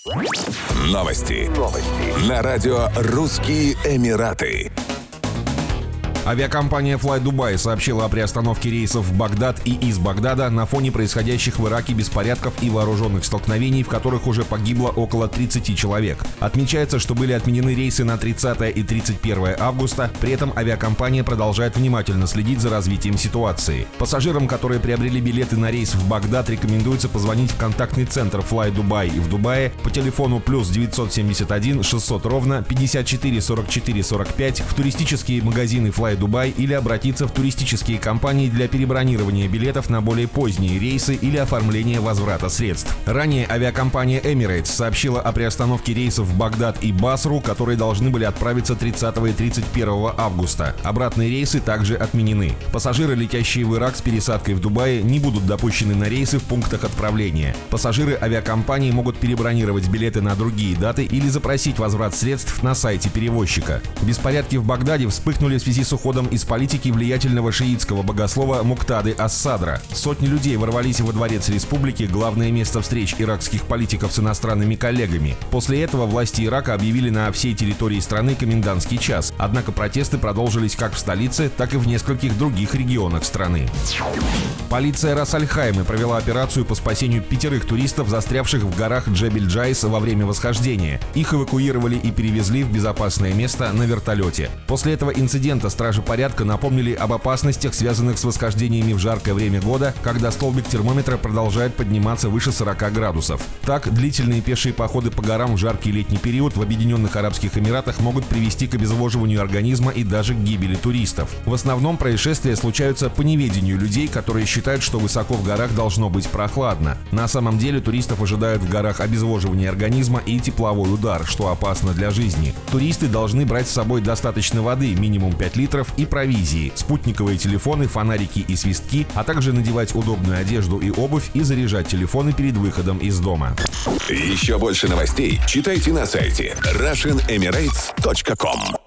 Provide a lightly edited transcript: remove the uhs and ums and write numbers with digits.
Новости. На радио «Русские Эмираты». Авиакомпания Fly Dubai сообщила о приостановке рейсов в Багдад и из Багдада на фоне происходящих в Ираке беспорядков и вооруженных столкновений, в которых уже погибло около 30 человек. Отмечается, что были отменены рейсы на 30 и 31 августа, при этом авиакомпания продолжает внимательно следить за развитием ситуации. Пассажирам, которые приобрели билеты на рейс в Багдад, рекомендуется позвонить в контактный центр Fly Dubai в Дубае по телефону +971 600 ровно 54 44 45 в туристические магазины Fly Дубай или обратиться в туристические компании для перебронирования билетов на более поздние рейсы или оформления возврата средств. Ранее авиакомпания Emirates сообщила о приостановке рейсов в Багдад и Басру, которые должны были отправиться 30 и 31 августа. Обратные рейсы также отменены. Пассажиры, летящие в Ирак с пересадкой в Дубае, не будут допущены на рейсы в пунктах отправления. Пассажиры авиакомпании могут перебронировать билеты на другие даты или запросить возврат средств на сайте перевозчика. Беспорядки в Багдаде вспыхнули в связи с уходом из политики влиятельного шиитского богослова Муктады ас-Садра. Сотни людей ворвались во дворец республики, главное место встреч иракских политиков с иностранными коллегами. После этого власти Ирака объявили на всей территории страны комендантский час. Однако протесты продолжились как в столице, так и в нескольких других регионах страны. Полиция Рас-Аль-Хаймы провела операцию по спасению 5 туристов, застрявших в горах Джебель-Джайс во время восхождения. Их эвакуировали и перевезли в безопасное место на вертолете. После этого инцидента стражи порядка напомнили об опасностях, связанных с восхождениями в жаркое время года, когда столбик термометра продолжает подниматься выше 40 градусов. Так, длительные пешие походы по горам в жаркий летний период в Объединенных Арабских Эмиратах могут привести к обезвоживанию организма и даже к гибели туристов. В основном происшествия случаются по неведению людей, которые считают, что высоко в горах должно быть прохладно. На самом деле туристов ожидают в горах обезвоживание организма и тепловой удар, что опасно для жизни. Туристы должны брать с собой достаточно воды, минимум 5 литров, и провизии, спутниковые телефоны, фонарики и свистки, а также надевать удобную одежду и обувь и заряжать телефоны перед выходом из дома. Еще больше новостей читайте на сайте RussianEmirates.com.